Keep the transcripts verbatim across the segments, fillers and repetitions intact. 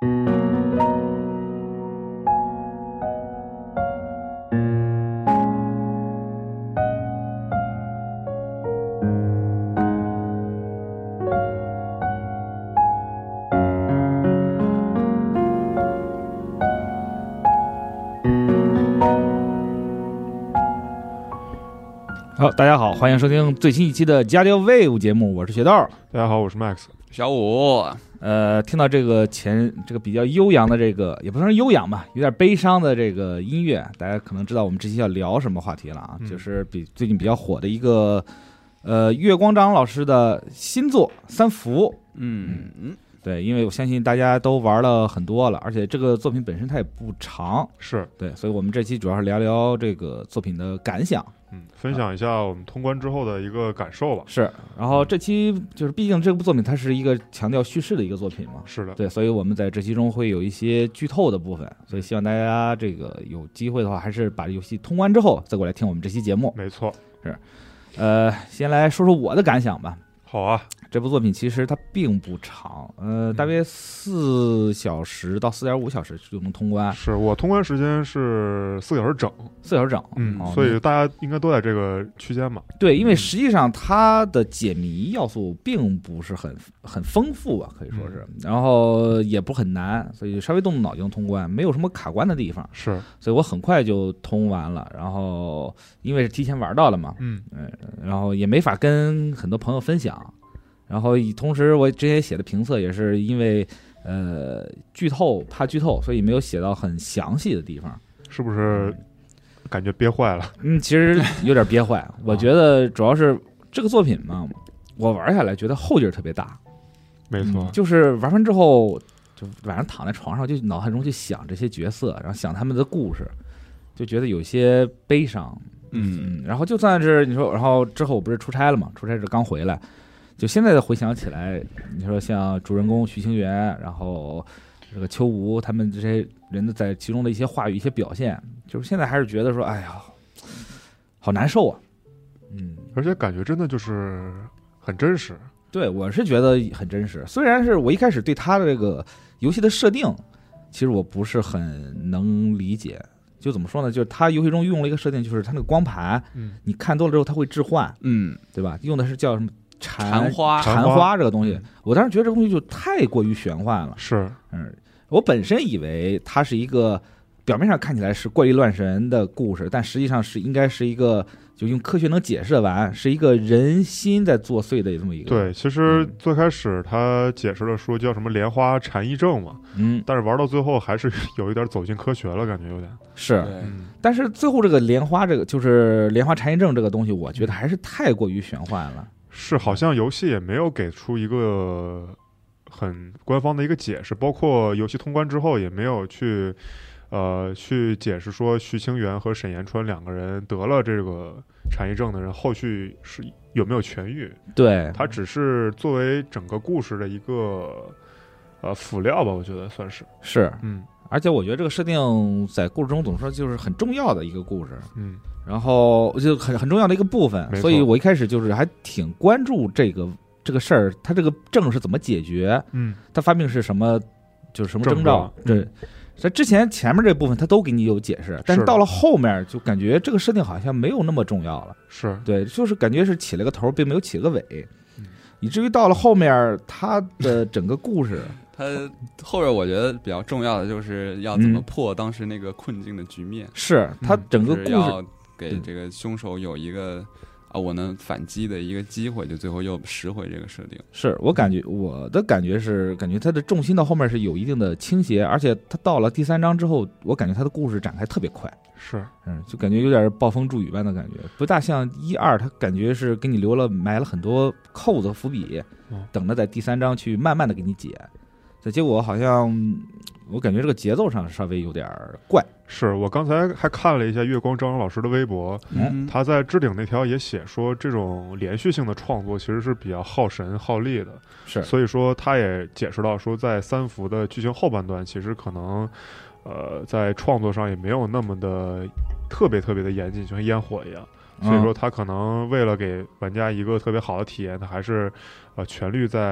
好，大家好，欢迎收听最新一期的加六 Wave 节目，我是雪豆。 大家好，我是 Max 小五。 呃，听到这个前这个比较悠扬的这个，也不算是悠扬吧，有点悲伤的这个音乐，大家可能知道我们这期要聊什么话题了啊，嗯、就是比最近比较火的一个呃月光章老师的新作《三伏》。 嗯嗯。 对，因为我相信大家都玩了很多了，而且这个作品本身它也不长， 是对，所以我们这期主要是聊聊这个作品的感想， 嗯，分享一下我们通关之后的一个感受吧。 是，然后这期就是毕竟这部作品它是一个强调叙事的一个作品嘛， 是的， 对，所以我们在这期中会有一些剧透的部分，所以希望大家这个有机会的话，还是把游戏通关之后再过来听我们这期节目。 没错， 是，呃，先来说说我的感想吧。 好啊， 这部作品其实它并不长，呃，大约四小时到四点五小时就能通关。 是我通关时间是四小时整， 四小时整， 嗯，哦、所以大家应该都在这个区间吧？ 对，因为实际上它的解谜要素并不是很很丰富吧，可以说是，嗯、然后也不很难，所以稍微动动脑就能通关，没有什么卡关的地方。 是， 所以我很快就通完了。然后因为是提前玩到了嘛， 嗯， 嗯，然后也没法跟很多朋友分享。然后同时我之前写的评测也是因为呃剧透怕剧透，所以没有写到很详细的地方。 是不是感觉憋坏了？ 嗯，其实有点憋坏。我觉得主要是这个作品嘛，我玩下来觉得后劲儿特别大。 没错、 嗯，就是玩完之后就晚上躺在床上就脑海中去想这些角色，然后想他们的故事，就觉得有些悲伤。 嗯嗯，然后就算是你说，然后之后我不是出差了嘛，出差是刚回来。就现在的回想起来，你说像主人公徐清源，然后这个秋吴他们这些人的在其中的一些话语、一些表现，就是现在还是觉得说，哎呀，好难受啊。嗯， 而且感觉真的就是很真实。 对，我是觉得很真实。虽然是我一开始对他的这个游戏的设定，其实我不是很能理解。就怎么说呢？就是他游戏中用了一个设定，就是他那个光盘， 嗯， 你看多了之后它会置换， 嗯， 对吧？用的是叫什么？ 禅花， 禅花这个东西，我当时觉得这个东西就太过于玄幻了。 是， 嗯，我本身以为它是一个表面上看起来是怪力乱神的故事，但实际上是应该是一个就用科学能解释完，是一个人心在作祟的这么一个。 对，其实最开始他解释了说叫什么莲花禅意症嘛， 嗯， 但是玩到最后还是有一点走进科学了，感觉有点是。 嗯、 但是最后这个莲花这个就是莲花禅意症这个东西，我觉得还是太过于玄幻了。 是，好像游戏也没有给出一个很官方的一个解释，包括游戏通关之后也没有去呃去解释说徐清源和沈延川两个人得了这个禅意症的人后续是有没有痊愈。 对， 它只是作为整个故事的一个呃辅料吧，我觉得算是是， 嗯， 而且我觉得这个设定在故事中总说就是很重要的一个故事， 嗯。 然后就很很重要的一个部分，所以我一开始就是还挺关注这个这个事儿，它这个症是怎么解决， 嗯， 它发病是什么，就是什么征兆，对。在之前前面这部分它都给你有解释，但是到了后面就感觉这个设定好像没有那么重要了， 是对， 就是感觉是起了个头，并没有起了个尾，嗯、以至于到了后面它的整个故事。 他后边我觉得比较重要的就是要怎么破当时那个困境的局面， 嗯、是他整个故事。 要给这个凶手有一个啊，我能反击的一个机会，就最后又拾回这个设定。 是我感觉我的感觉是，感觉它的重心到后面是有一定的倾斜，而且它到了第三章之后，我感觉它的故事展开特别快。 是， 嗯，就感觉有点暴风骤雨般的感觉，不大像一二，它感觉是给你留了埋了很多扣子伏笔， 嗯、 等着在第三章去慢慢的给你解。这结果好像我感觉这个节奏上稍微有点怪。 是我刚才还看了一下月光张老师的微博， 嗯， 他在置顶那条也写说，这种连续性的创作其实是比较耗神耗力的， 是， 所以说他也解释到说，在三伏的剧情后半段，其实可能，呃，在创作上也没有那么的特别特别的严谨，就像烟火一样。所以说他可能为了给玩家一个特别好的体验，他还是呃全力在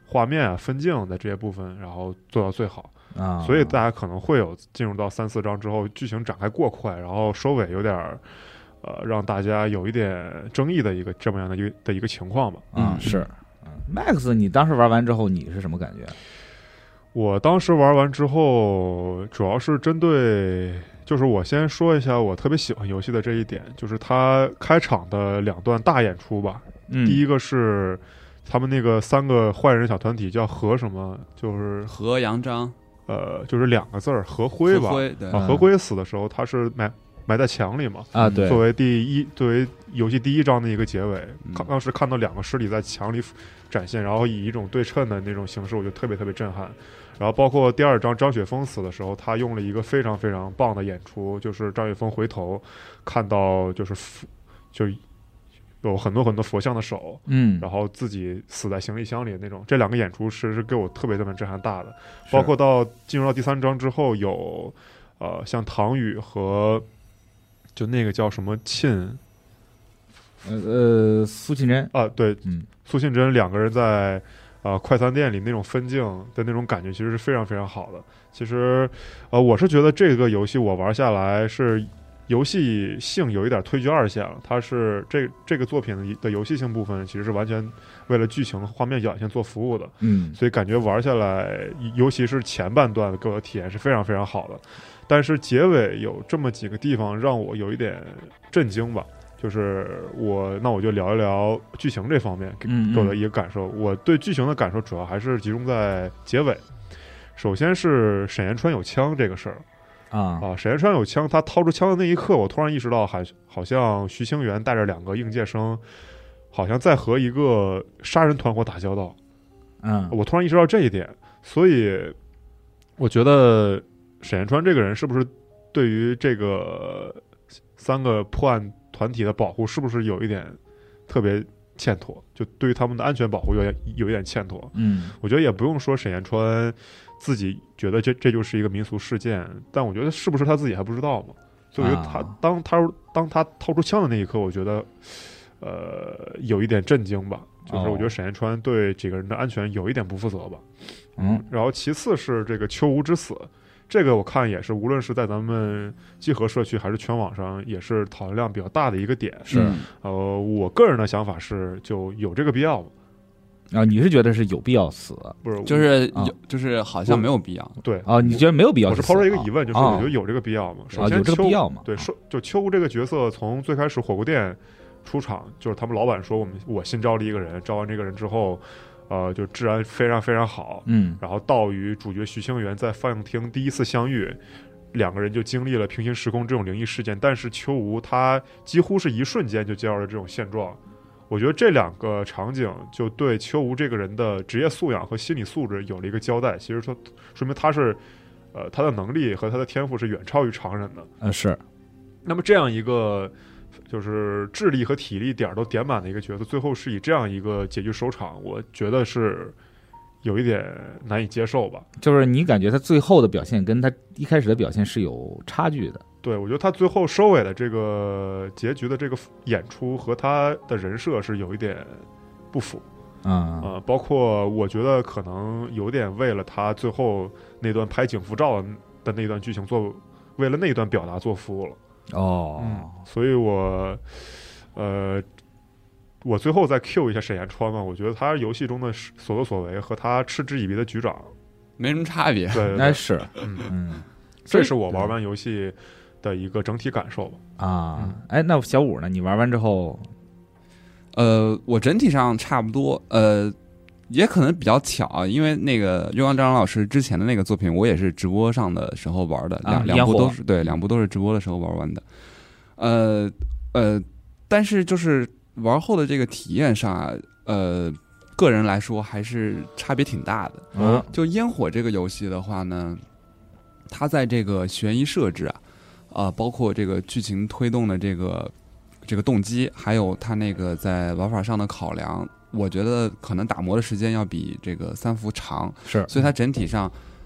画面啊、分镜的这些部分，然后做到最好啊， 所以大家可能会有进入到三四章之后，剧情展开过快，然后收尾有点呃让大家有一点争议的一个这么样的一个的一个情况吧。 啊是，嗯 Max， 你当时玩完之后你是什么感觉？ 我当时玩完之后，主要是针对，就是我先说一下我特别喜欢游戏的这一点，就是它开场的两段大演出吧。 嗯， 第一个是他们那个三个坏人小团体叫何什么，就是何阳章， 呃，就是两个字儿何辉吧。 何辉对啊，何辉死的时候，他是埋埋在墙里嘛。 啊，对， 作为第一，作为游戏第一章的一个结尾， 嗯看当时看到两个尸体在墙里展现，然后以一种对称的那种形式，我就特别特别震撼。然后包括第二章张雪峰死的时候，他用了一个非常非常棒的演出，就是张雪峰回头看到就是就有很多很多佛像的手， 嗯， 然后自己死在行李箱里的那种，这两个演出是是给我特别特别震撼大的。包括到进入到第三章之后，有呃像唐宇和就那个叫什么沁， 呃呃苏庆真啊，对， 嗯， 苏庆真两个人在呃快餐店里那种分镜的那种感觉，其实是非常非常好的。其实呃我是觉得这个游戏我玩下来是游戏性有一点退居二线了，它是这这个作品的游戏性部分其实是完全为了剧情和画面表现做服务的， 嗯， 所以感觉玩下来，尤其是前半段给我的体验是非常非常好的。但是结尾有这么几个地方让我有一点震惊吧，就是我那我就聊一聊剧情这方面给给我的一个感受。我对剧情的感受主要还是集中在结尾。首先是沈岩川有枪这个事儿。 啊啊！沈岩川有枪，他掏出枪的那一刻，我突然意识到，还好像徐清源带着两个应届生，好像在和一个杀人团伙打交道。 嗯， 我突然意识到这一点，所以我觉得沈岩川这个人是不是对于这个三个破案团体的保护，是不是有一点特别欠妥？就对于他们的安全保护有点有一点欠妥。 嗯， 我觉得也不用说沈岩川自己觉得这这就是一个民俗事件，但我觉得是不是他自己还不知道嘛？所以我觉得他、 啊、 当他当他掏出枪的那一刻，我觉得呃有一点震惊吧，就是我觉得沈岩川对几个人的安全有一点不负责吧。 嗯， 然后其次是这个秋无之死，这个我看也是无论是在咱们集合社区还是全网上，也是讨论量比较大的一个点。 是呃，我个人的想法是，就有这个必要吗？ 啊，你是觉得是有必要死？ 不是， 就是有、 啊， 就是好像没有必要。 对啊，你觉得没有必要死？ 我是抛出一个疑问，就是啊我觉得有这个必要吗？首啊， 先， 有这个必要吗？ 对，说就秋无这个角色，从最开始火锅店出场，就是他们老板说我们我新招了一个人，招完这个人之后，呃，就治安非常非常好， 嗯， 然后到与主角徐清源在放映厅第一次相遇。两个人就经历了平行时空这种灵异事件，但是秋无他几乎是一瞬间就接到了这种现状。我觉得这两个场景就对秋无这个人的职业素养和心理素质有了一个交代。其实说说明他是，呃，他的能力和他的天赋是远超于常人的。 呃，是。 那么这样一个就是智力和体力点都点满的一个角色，最后是以这样一个结局收场，我觉得是有一点难以接受吧。 就是你感觉他最后的表现跟他一开始的表现是有差距的。 对，我觉得他最后收尾的这个结局的这个演出和他的人设是有一点不符啊、嗯呃，包括我觉得可能有点为了他最后那段拍警服照的那段剧情做，为了那段表达做服务了。 哦、 嗯，所以我呃，我最后再 Q 一下沈岩川嘛，我觉得他游戏中的所作所为和他嗤之以鼻的局长没什么差别。 对, 对, 对， 那是， 嗯嗯， 这是我玩完游戏的一个整体感受吧。 啊， 嗯、 哎，那小五呢？你玩完之后， 呃，我整体上差不多，呃，也可能比较巧啊，因为那个月光张老师之前的那个作品，我也是直播上的时候玩的，两、 啊、 两部都是对，两部都是直播的时候玩完的。呃呃，但是就是玩后的这个体验上啊，呃，个人来说还是差别挺大的。 嗯， 就烟火这个游戏的话呢，它在这个悬疑设置啊，啊、呃，包括这个剧情推动的这个这个动机，还有它那个在玩法上的考量，我觉得可能打磨的时间要比这个三伏长， 是， 所以它整体上，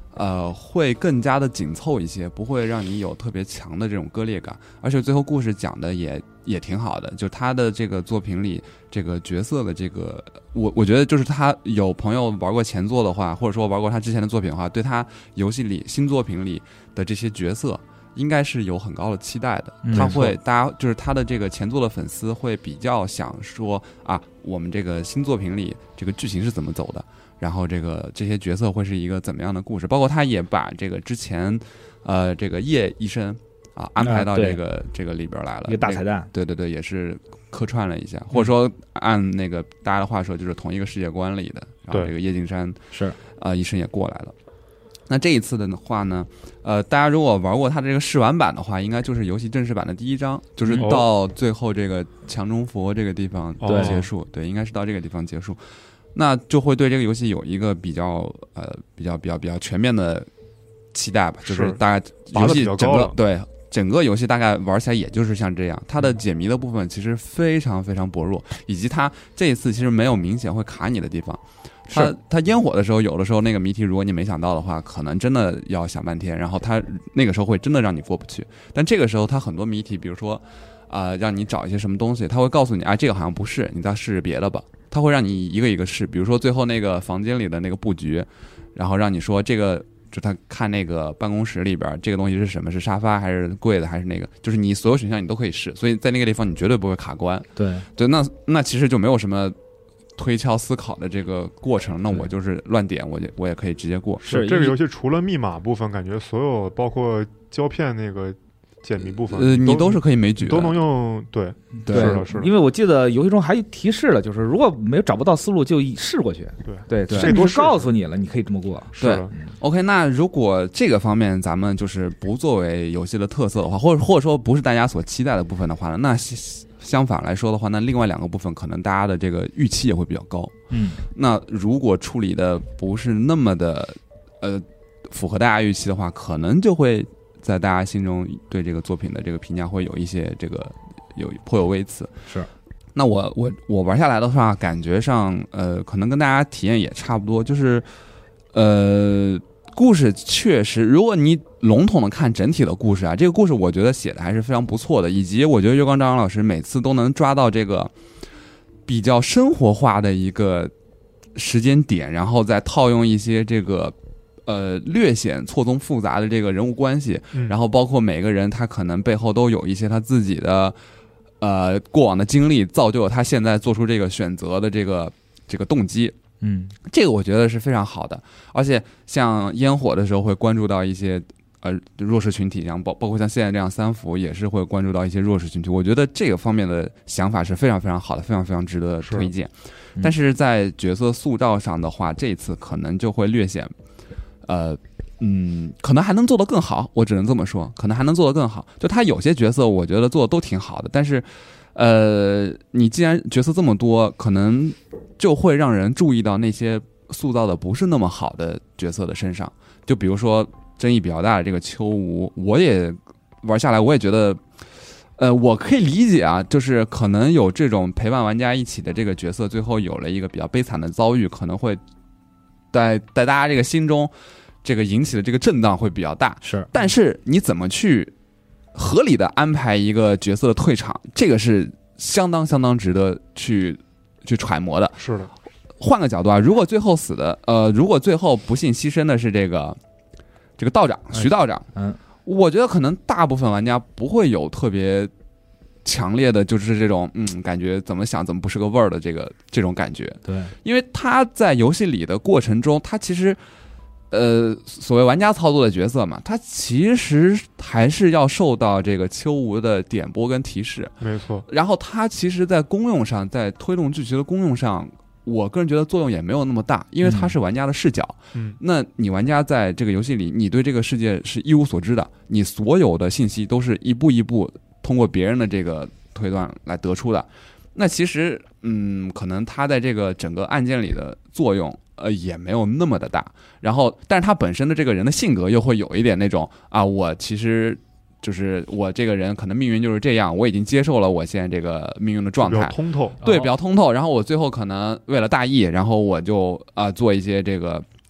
呃，会更加的紧凑一些，不会让你有特别强的这种割裂感，而且最后故事讲的也也挺好的，就他的这个作品里这个角色的这个，我我觉得就是他有朋友玩过前作的话，或者说玩过他之前的作品的话，对他游戏里新作品里的这些角色应该是有很高的期待的。 嗯、 他会大家就是他的这个前作的粉丝会比较想说啊，我们这个新作品里这个剧情是怎么走的，然后这个这些角色会是一个怎么样的故事，包括他也把这个之前呃这个叶医生啊安排到这个、啊、这个里边来了， 一个大彩蛋、那个、对对对，也是客串了一下，或者说按那个大家的话说就是同一个世界观里的，然后这个叶敬山是啊、呃、医生也过来了。那这一次的话呢，呃，大家如果玩过它这个试玩版的话，应该就是游戏正式版的第一章，就是到最后这个强中佛这个地方结束， 哦、 对，应该是到这个地方结束，那就会对这个游戏有一个比较呃比较比较比较全面的期待吧，就是大概游戏整个对整个游戏大概玩起来也就是像这样，它的解谜的部分其实非常非常薄弱，以及它这一次其实没有明显会卡你的地方。它它烟火的时候，有的时候那个谜题，如果你没想到的话，可能真的要想半天，然后它那个时候会真的让你过不去。但这个时候，它很多谜题，比如说，啊、呃，让你找一些什么东西，它会告诉你啊，这个好像不是，你再试试别的吧。它会让你一个一个试，比如说最后那个房间里的那个布局，然后让你说这个，就他看那个办公室里边这个东西是什么，是沙发还是柜子还是那个，就是你所有选项你都可以试，所以在那个地方你绝对不会卡关。 对对，那那其实就没有什么推敲思考的这个过程，那我就是乱点，我就我也可以直接过。 是这个游戏除了密码部分，感觉所有包括胶片那个解谜部分， 呃，你都是可以枚举的， 都能用。对对， 是的，是的。 因为我记得游戏中还提示了，就是如果没有找不到思路，就试过去。 对对，甚至告诉你了，你可以这么过。 对、嗯、，OK， 那如果这个方面咱们就是不作为游戏的特色的话，或者或者说不是大家所期待的部分的话呢，那相反来说的话，那另外两个部分可能大家的这个预期也会比较高。 嗯， 那如果处理的不是那么的呃符合大家预期的话，可能就会在大家心中对这个作品的这个评价会有一些这个有颇有微词。 是， 那我我我玩下来的话，感觉上呃可能跟大家体验也差不多，就是呃故事确实，如果你笼统的看整体的故事啊，这个故事我觉得写的还是非常不错的，以及我觉得月光张老师每次都能抓到这个比较生活化的一个时间点，然后再套用一些这个呃略显错综复杂的这个人物关系， 嗯、 然后包括每个人他可能背后都有一些他自己的呃过往的经历，造就了他现在做出这个选择的这个这个动机。 嗯， 这个我觉得是非常好的，而且像烟火的时候会关注到一些呃弱势群体，然后包包括像现在这样三伏也是会关注到一些弱势群体，我觉得这个方面的想法是非常非常好的，非常非常值得推荐。是但是在角色塑造上的话，这一次可能就会略显呃嗯，可能还能做得更好，我只能这么说，可能还能做得更好。就他有些角色我觉得做的都挺好的，但是呃你既然角色这么多，可能就会让人注意到那些塑造的不是那么好的角色的身上，就比如说争议比较大的这个秋无，我也玩下来，我也觉得，呃，我可以理解啊，就是可能有这种陪伴玩家一起的这个角色，最后有了一个比较悲惨的遭遇，可能会在在大家这个心中，这个引起的这个震荡会比较大。 是， 但是你怎么去合理的安排一个角色的退场，这个是相当相当值得去。去揣摩的。 是的， 换个角度啊，如果最后死的，呃，如果最后不幸牺牲的是这个这个道长徐道长， 嗯， 我觉得可能大部分玩家不会有特别强烈的，就是这种嗯，感觉怎么想怎么不是个味儿的这个这种感觉。 对， 因为他在游戏里的过程中，他其实。呃，所谓玩家操作的角色嘛，他其实还是要受到这个秋无的点拨跟提示， 没错。 然后他其实，在功用上，在推动剧情的功用上，我个人觉得作用也没有那么大，因为他是玩家的视角。 嗯， 那你玩家在这个游戏里，你对这个世界是一无所知的，你所有的信息都是一步一步通过别人的这个推断来得出的。那其实，嗯，可能他在这个整个案件里的作用。呃，也没有那么的大，然后，但是他本身的这个人的性格又会有一点那种啊，我其实就是我这个人可能命运就是这样，我已经接受了我现在这个命运的状态， 比较通透， 对，比较通透。然后我最后可能为了大义，然后我就啊、呃、做一些这个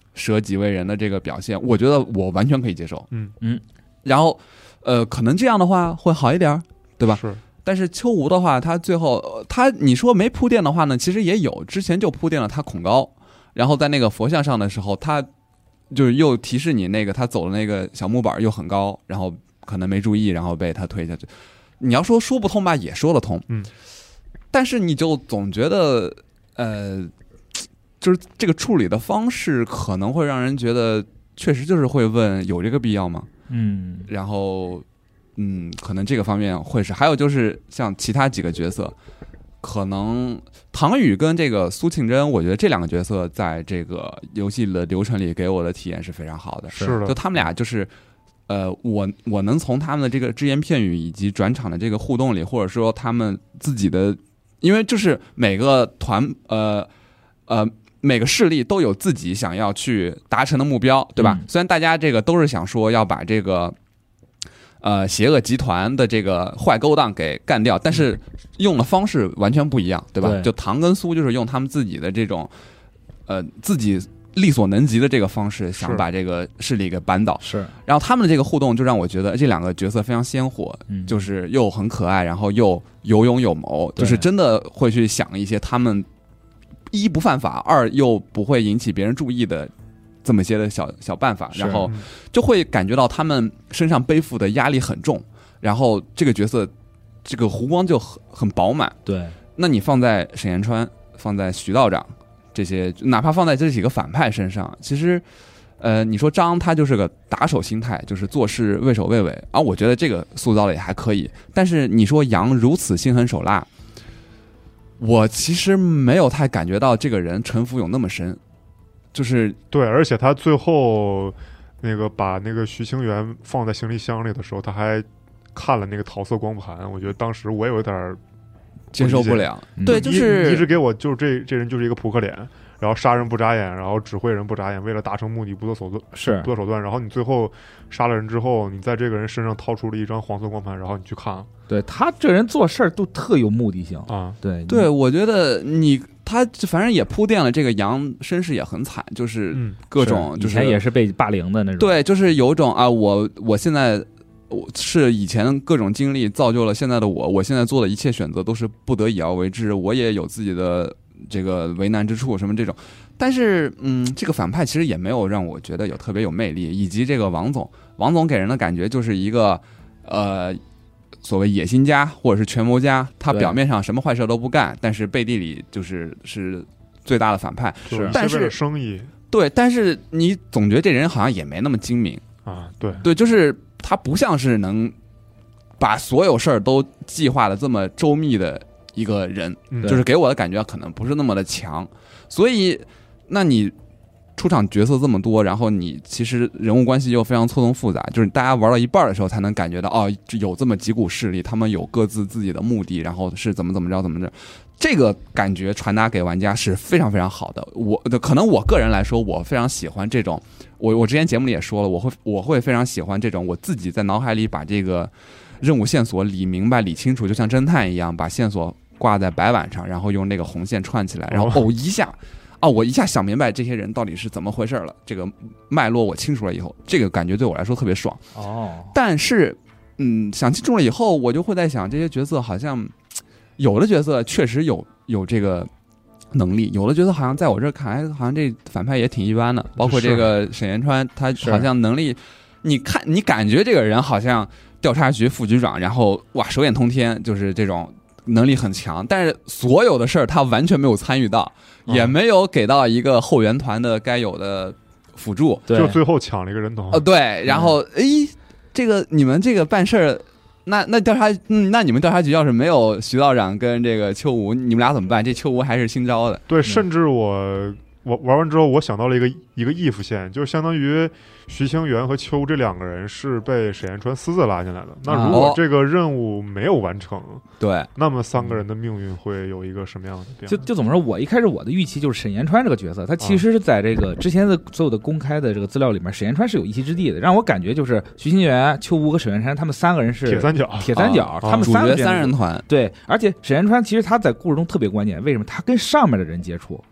舍己为人的这个表现，我觉得我完全可以接受。 嗯嗯， 然后呃，可能这样的话会好一点，对吧？ 是。 但是秋无的话，他最后他你说没铺垫的话呢，其实也有，之前就铺垫了他恐高，然后在那个佛像上的时候，他就是又提示你那个他走的那个小木板又很高，然后可能没注意，然后被他推下去。你要说说不通吧，也说得通， 嗯， 但是你就总觉得呃，就是这个处理的方式可能会让人觉得，确实就是会问有这个必要吗？ 嗯， 然后。嗯，可能这个方面会是，还有就是像其他几个角色，可能唐宇跟这个苏庆珍，我觉得这两个角色在这个游戏的流程里给我的体验是非常好的。 是的， 就他们俩就是，呃，我我能从他们的这个只言片语以及转场的这个互动里，或者说他们自己的，因为就是每个团，呃呃。每个势力都有自己想要去达成的目标，对吧？ 嗯、 虽然大家这个都是想说要把这个。呃，邪恶集团的这个坏勾当给干掉，但是用的方式完全不一样，对吧？ 对， 就唐跟苏就是用他们自己的这种，呃，自己力所能及的这个方式，想把这个势力给扳倒。 是， 然后他们的这个互动就让我觉得这两个角色非常鲜活， 嗯、 就是又很可爱，然后又有勇有谋，就是真的会去想一些他们一不犯法，二又不会引起别人注意的。这么些的小小办法，然后就会感觉到他们身上背负的压力很重，然后这个角色这个弧光就很很饱满。 对， 那你放在沈延川、放在徐道长这些，哪怕放在这几个反派身上，其实，呃，你说张他就是个打手心态，就是做事畏首畏尾啊，我觉得这个塑造的也还可以。但是你说杨如此心狠手辣，我其实没有太感觉到这个人城府有那么深。就是对，而且他最后那个把那个徐清源放在行李箱里的时候，他还看了那个桃色光盘，我觉得当时我也有点接受不了。 嗯、 对，就是你一直给我就是这这人就是一个扑克脸，然后杀人不眨眼，然后指挥人不眨眼，为了达成目的不择手段， 是不择手段。然后你最后杀了人之后，你在这个人身上掏出了一张黄色光盘，然后你去看。 对，他这人做事儿都特有目的性啊。 对对，我觉得你。他反正也铺垫了，这个杨身世也很惨，就是各种，就是以前也是被霸凌的那种。 对，就是有种啊，我我现在我是以前各种经历造就了现在的我，我现在做的一切选择都是不得已而为之，我也有自己的这个为难之处，什么这种。但是，嗯，这个反派其实也没有让我觉得有特别有魅力，以及这个王总，王总给人的感觉就是一个呃。所谓野心家或者是权谋家，他表面上什么坏事都不干，但是背地里就是是最大的反派。 是， 但是生意对，但是你总觉得这人好像也没那么精明啊。对对，就是他不像是能把所有事儿都计划的这么周密的一个人， 嗯、 就是给我的感觉可能不是那么的强。所以，那你。出场角色这么多，然后你其实人物关系又非常错综复杂，就是大家玩到一半的时候才能感觉到哦，有这么几股势力，他们有各自自己的目的，然后是怎么怎么着怎么着，这个感觉传达给玩家是非常非常好的。我可能我个人来说，我非常喜欢这种，我我之前节目里也说了，我会我会非常喜欢这种我自己在脑海里把这个任务线索理明白理清楚，就像侦探一样，把线索挂在白板上，然后用那个红线串起来，然后哦一下。哦，我一下想明白这些人到底是怎么回事了，这个脉络我清楚了以后，这个感觉对我来说特别爽。 哦， 但是，嗯，想清楚了以后，我就会在想，这些角色好像有的角色确实有有这个能力，有的角色好像在我这看来，好像这反派也挺一般的。包括这个沈延川，他好像能力，你看你感觉这个人好像调查局副局长，然后哇手眼通天，就是这种。能力很强，但是所有的事儿他完全没有参与到， 嗯、 也没有给到一个后援团的该有的辅助， 就最后抢了一个人头。 呃，对，然后诶、嗯，这个你们这个办事儿，那那调查，嗯，那你们调查局要是没有徐道长跟这个邱吴，你们俩怎么办？这邱吴还是新招的。 对，甚至我我玩完之后，我想到了一个一个 if 线，就是相当于徐清源和邱这两个人是被沈延川私自拉进来的。那如果这个任务没有完成， 对， 那么三个人的命运会有一个什么样的变化？ 就就怎么说？我一开始我的预期就是沈延川这个角色，他其实是在这个之前的所有的公开的这个资料里面，沈延川是有一席之地的，让我感觉就是徐清源、邱吴和沈延川他们三个人是铁三角， 铁三角， 啊、 他们三个主角三人团。 对，而且沈延川其实他在故事中特别关键，为什么？他跟上面的人接触。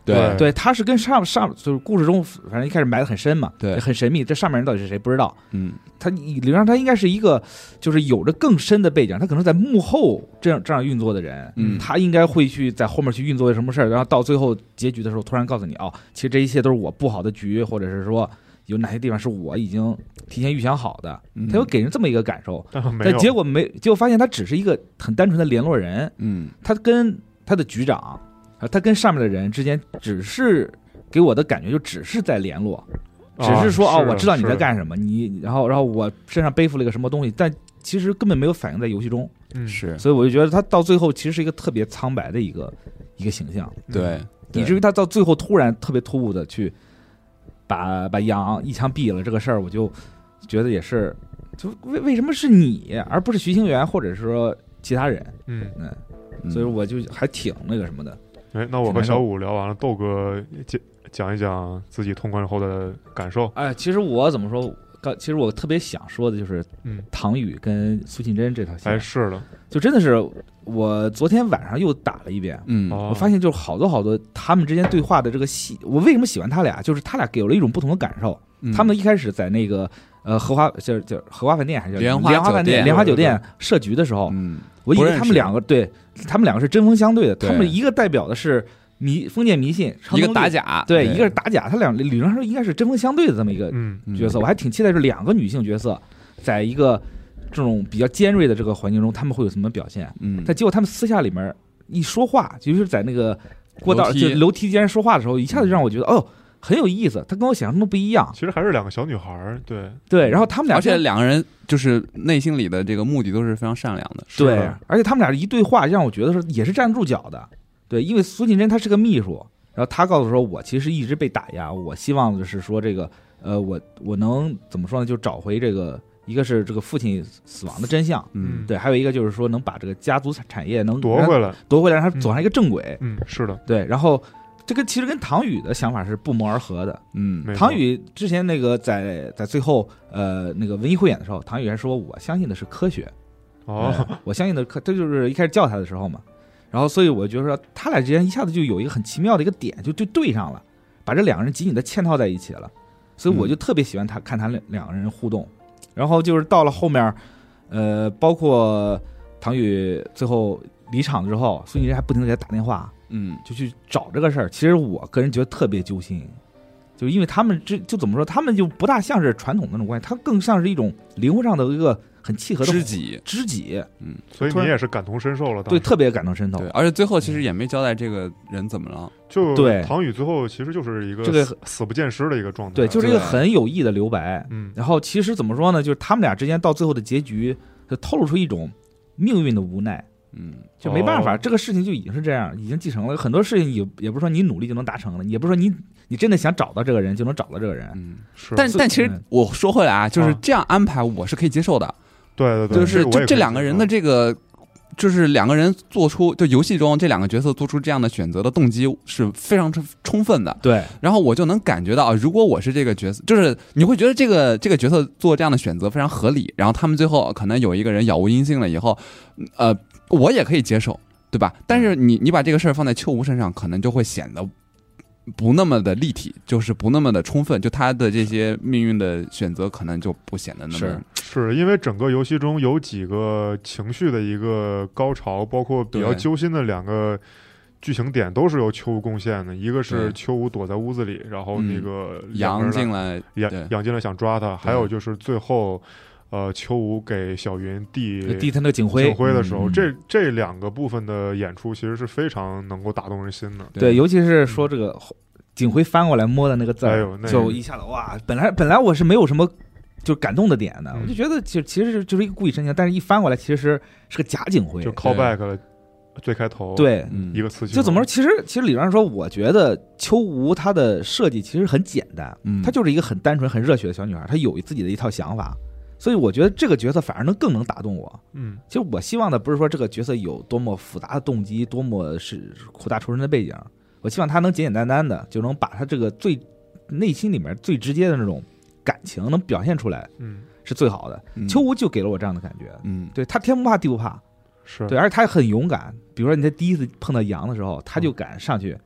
对对，他是跟上上就是故事中反正一开始埋的很深嘛， 对很神秘，这上面人到底是谁不知道。 嗯， 他理论上他应该是一个就是有着更深的背景，他可能在幕后这样这样运作的人， 嗯他应该会去在后面去运作什么事儿，然后到最后结局的时候突然告诉你哦，其实这一切都是我布好的局，或者是说有哪些地方是我已经提前预想好的， 嗯他会给人这么一个感受。 但没但有结果没，结果发现他只是一个很单纯的联络人， 嗯他跟他的局长啊，他跟上面的人之间只是给我的感觉就只是在联络，只是说啊哦，我知道你在是干什么，你然后然后我身上背负了一个什么东西，但其实根本没有反映在游戏中， 嗯是所以我就觉得他到最后其实是一个特别苍白的一个一个形象， 对， 以至于他到最后突然特别突兀的去把把杨一枪毙了这个事儿，我就觉得也是，就为为什么是你而不是徐星元或者是说其他人？ 嗯， 嗯， 嗯所以我就还挺那个什么的。 哎，那我和小五聊完了，豆哥讲讲一讲自己通关后的感受。 哎，其实我怎么说？刚其实我特别想说的就是嗯， 唐宇跟苏庆珍这条线， 哎，是的， 就真的是我昨天晚上又打了一遍。 嗯哦我发现就是好多好多他们之间对话的这个戏，我为什么喜欢他俩？就是他俩给我了一种不同的感受。 嗯他们一开始在那个呃荷花就是叫荷花饭店还是叫莲花莲花饭店酒店莲花酒对对店设局的时候， 嗯我以为他们不认识两个对他们两个是针锋相对的， 对他们一个代表的是迷封建迷信， 一个超能力打假， 对，一个是打假，他俩理论上应该是针锋相对的这么一个嗯嗯角色，我还挺期待这两个女性角色在一个这种比较尖锐的这个环境中，他们会有什么表现。 嗯， 但结果他们私下里面一说话，就是在那个过道楼梯就楼梯间说话的时候，一下子就让我觉得哦很有意思，他跟我想象中的不一样。 其实还是两个小女孩儿，对， 对，然后他们俩而且两个人就是内心里的这个目的都是非常善良的。 对是的， 而且他们俩一对话让我觉得是也是站得住脚的。对，因为苏锦珍她是个秘书，然后她告诉说，我其实一直被打压，我希望的是说这个呃，我我能怎么说呢？就找回这个，一个是这个父亲死亡的真相， 嗯对，还有一个就是说能把这个家族产业能夺回来， 夺回来，让他走上一个正轨。 嗯，是的， 对，然后这个其实跟唐宇的想法是不谋而合的。 嗯没错唐宇之前那个在在最后呃那个文艺汇演的时候，唐宇还说我相信的是科学， 哦， 呃我相信的科，这就是一开始叫他的时候嘛。然后所以我觉得说他俩之间一下子就有一个很奇妙的一个点，就就对上了，把这两个人紧紧的嵌套在一起了。所以我就特别喜欢他看他两两个人互动。然后就是到了后面，呃，包括唐宇最后离场之后，孙艺珍还不停的给他打电话， 嗯就去找这个事儿。其实我个人觉得特别揪心，就因为他们这就怎么说，他们就不大像是传统那种关系，他更像是一种灵魂上的一个很契合的知己， 知己， 所以你也是感同身受了，当对， 时特别感同身受对，。而且最后其实也没交代这个人怎么了。 就对唐宇最后其实就是一个这个死死不见尸的一个状态， 对，就是一个对很有意的留白。 嗯， 然后其实怎么说呢，就是他们俩之间到最后的结局，就透露出一种命运的无奈。 嗯就没办法， 哦这个事情就已经是这样，已经继承了很多事情也，也不是说你努力就能达成了，也不是说你你真的想找到这个人就能找到这个人。 嗯， 是， 所以但但其实嗯我说回来啊，就是啊这样安排我是可以接受的， 对对对， 就是就这这个我也可以两个人的接这个。就是两个人做出，就游戏中这两个角色做出这样的选择的动机是非常充分的， 对， 然后我就能感觉到，啊如果我是这个角色，就是你会觉得这个这个角色做这样的选择非常合理，然后他们最后可能有一个人杳无音信了以后，呃，我也可以接受，对吧？但是你你把这个事儿放在秋无身上，可能就会显得不那么的立体，就是不那么的充分，就他的这些命运的选择可能就不显得那么是是因为整个游戏中有几个情绪的一个高潮，包括比较对揪心的两个剧情点，都是由秋无贡献的。一个是对秋无躲在屋子里，然后那个杨进来来， 杨对杨进来想抓他，还有就是最后。呃，秋无给小云递递他那个警徽警，徽的时候， 嗯这这两个部分的演出其实是非常能够打动人心的。 对，尤其是说这个警徽翻过来摸的那个字儿哎呦，那就一下子哇！本来本来我是没有什么就感动的点的， 嗯我就觉得其实其实就是一个故意深情，但是一翻过来其实是个假警徽就。call back 了最开头对， 嗯一个刺激， 就怎么说？其实其实理论上说，我觉得秋无她的设计其实很简单， 嗯她就是一个很单纯、很热血的小女孩，她有自己的一套想法，所以我觉得这个角色反而能更能打动我。 嗯其实我希望的不是说这个角色有多么复杂的动机，多么是苦大仇深的背景，我希望他能简简单单的就能把他这个最内心里面最直接的那种感情能表现出来， 嗯是最好的。 嗯秋无就给了我这样的感觉， 嗯对他天不怕地不怕， 是对，而且他很勇敢。比如说你在第一次碰到羊的时候，他就敢上去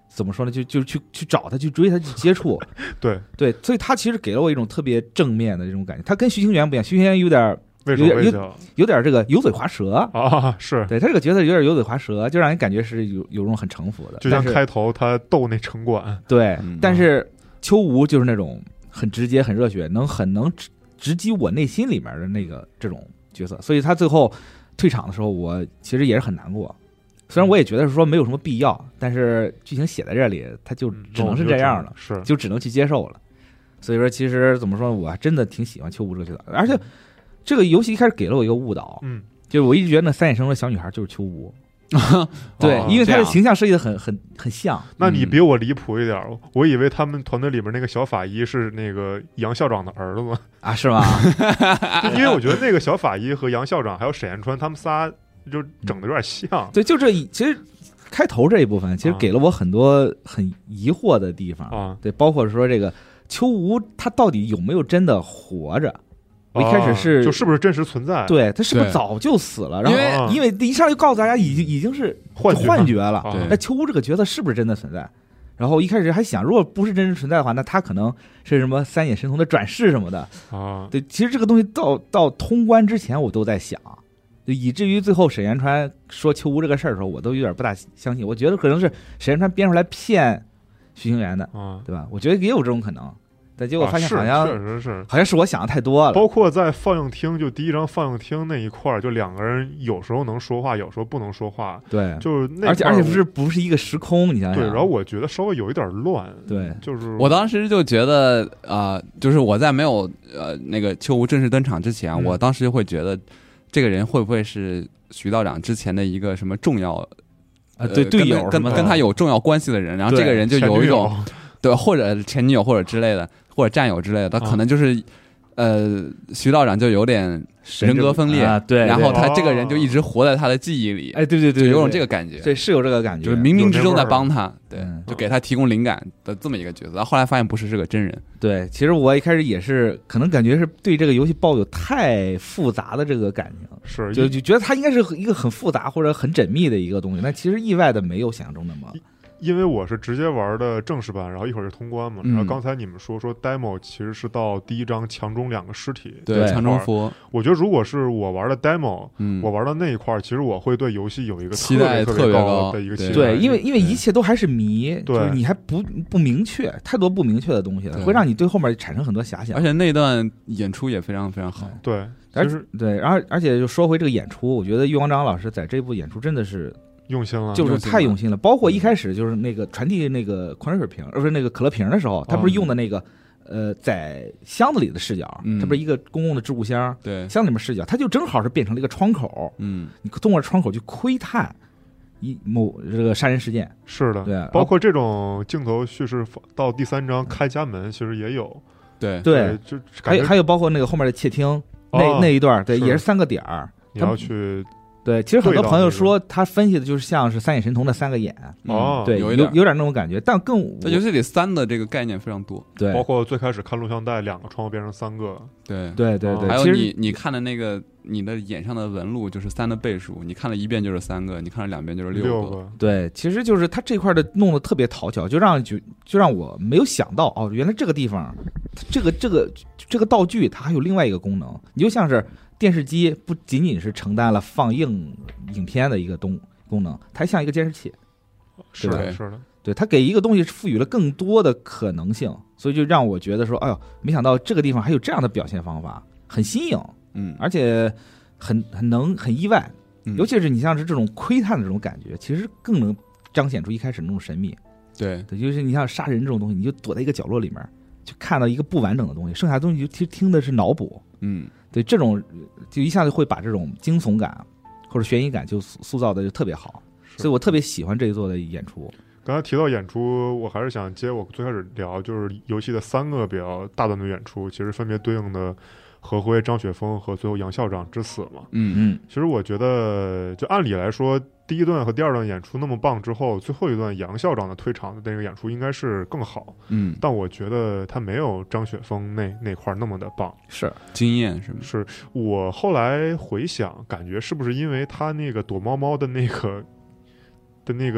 怎么说呢？就就去去找他，去追他，去接触。 对对，所以他其实给了我一种特别正面的这种感觉。他跟徐清源不一样，徐清源有点畏手畏脚有点这个油嘴滑舌啊，是对他这个角色有点油嘴滑舌，就让人感觉是有有种很城府的。 就像开头他逗那城管， 对， 嗯、 但是秋无就是那种很直接、很热血，能很能直直击我内心里面的那个这种角色。所以他最后退场的时候，我其实也是很难过。虽然我也觉得是说没有什么必要，但是剧情写在这里，他就只能是这样了， 是就只能去接受了。所以说，其实怎么说，我还真的挺喜欢秋无这个角色，而且。这个游戏一开始给了我一个误导， 嗯， 就是我一直觉得那三眼生的小女孩就是秋无，对， 哦、 因为她的形象设计的很很很像。 那你比我离谱一点，嗯、我以为他们团队里面那个小法医是那个杨校长的儿子啊？是吗？ 因为我觉得那个小法医和杨校长还有沈岩川他们仨就整的有点像。 嗯、对，就这其实开头这一部分其实给了我很多很疑惑的地方啊， 对，包括说这个秋无他到底有没有真的活着？我一开始是、 哦、就是不是真实存在？ 对，他是不是早就死了？然后因为一上来就告诉大家已经已经是幻觉幻觉了。 那秋无这个角色是不是真的存在？然后一开始还想，如果不是真实存在的话，那他可能是什么三眼神童的转世什么的啊？ 对，其实这个东西到到通关之前我都在想，就以至于最后沈岩川说秋无这个事儿的时候，我都有点不大相信。我觉得可能是沈岩川编出来骗徐清源的， 啊， 对吧？我觉得也有这种可能。但结果发现好像、 啊、确实是， 好像是我想的太多了。 包括在放映厅，就第一张放映厅那一块儿，就两个人有时候能说话，有时候不能说话。 对， 就是那而且而且不是不是一个时空，你想想。 对，然后我觉得稍微有一点乱。 对， 就是我当时就觉得啊、呃，就是我在没有呃那个秋无正式登场之前、嗯，我当时就会觉得这个人会不会是徐道长之前的一个什么重要啊、 呃、对队友跟跟跟他有重要关系的人，然后这个人就有一种对或者前女友或者之类的。或者战友之类的，他可能就是，啊、呃，徐道长就有点人格分裂， 啊、对, 对， 然后他这个人就一直活在他的记忆里， 哎，对对对， 就有种这个感觉， 对，是有这个感觉， 就是冥冥之中在帮他，对、 嗯， 就给他提供灵感的这么一个角色。后来发现不是，是个真人。 对，其实我一开始也是，可能感觉是对这个游戏抱有太复杂的这个感情， 是就就觉得它应该是一个很复杂或者很缜密的一个东西，但其实意外的没有想象中那么。 因为我是直接玩的正式版，然后一会儿是通关嘛。 嗯、 然后刚才你们说说 demo 其实是到第一章墙中两个尸体， 对，墙中佛。 我觉得如果是我玩的 demo，、 嗯、 我玩到那一块，其实我会对游戏有一个期待特别高的一个期待。 对，因为因为一切都还是谜， 对， 就是你还不不明确，太多不明确的东西了，会让你对后面产生很多遐想。 而且那段演出也非常非常好。 对， 而且对，然后而且就说回这个演出，我觉得玉王章老师在这部演出真的是。 用心了， 就是太用心了。包括一开始就是那个传递那个矿泉水瓶，而不是那个可乐瓶的时候，他不是用的那个、哦、呃，在箱子里的视角， 嗯、 它不是一个公共的置物箱， 对， 箱子里面视角，它就正好是变成了一个窗口， 嗯， 你通过窗口去窥探一某这个杀人事件。 是的， 对， 包括这种镜头叙事到第三章开家门，其实也有， 对对， 就还有还有包括那个后面的窃听、 哦、 那那一段，对， 是也是三个点儿， 你要去。 对，其实很多朋友说他分析的就是像是三眼神童的三个眼， 哦， 对， 有有有点那种感觉，但更在游戏里三的这个概念非常多， 对， 包括最开始看录像带，两个窗户变成三个， 对对对对， 还有你你看的那个你的眼上的纹路就是三的倍数，你看了一遍就是三个，你看了两遍就是六个， 个对，其实就是他这块的弄得特别讨巧，就让就就让我没有想到哦，原来这个地方，这个这个这个道具它还有另外一个功能，你就像是。电视机不仅仅是承担了放映影片的一个东功能，它还像一个监视器， 是的，是的， 对，它给一个东西赋予了更多的可能性，所以就让我觉得说，哎呦，没想到这个地方还有这样的表现方法，很新颖， 嗯， 而且很很能很意外，尤其是你像是这种窥探的这种感觉，其实更能彰显出一开始那种神秘， 对， 对，就是你像杀人这种东西，你就躲在一个角落里面，就看到一个不完整的东西，剩下的东西就其实听的是脑补， 嗯。 对，这种就一下子会把这种惊悚感或者悬疑感就塑造的就特别好，所以我特别喜欢这一座的演出。 刚才提到演出，我还是想接我最开始聊，就是游戏的三个比较大段的演出，其实分别对应的何辉、张雪峰和最后杨校长之死嘛。 嗯嗯， 其实我觉得，就按理来说，第一段和第二段演出那么棒之后，最后一段杨校长的退场的那个演出应该是更好。 嗯， 但我觉得他没有张雪峰那那块那么的棒， 是惊艳是吗？ 是我后来回想，感觉是不是因为他那个躲猫猫的那个的那个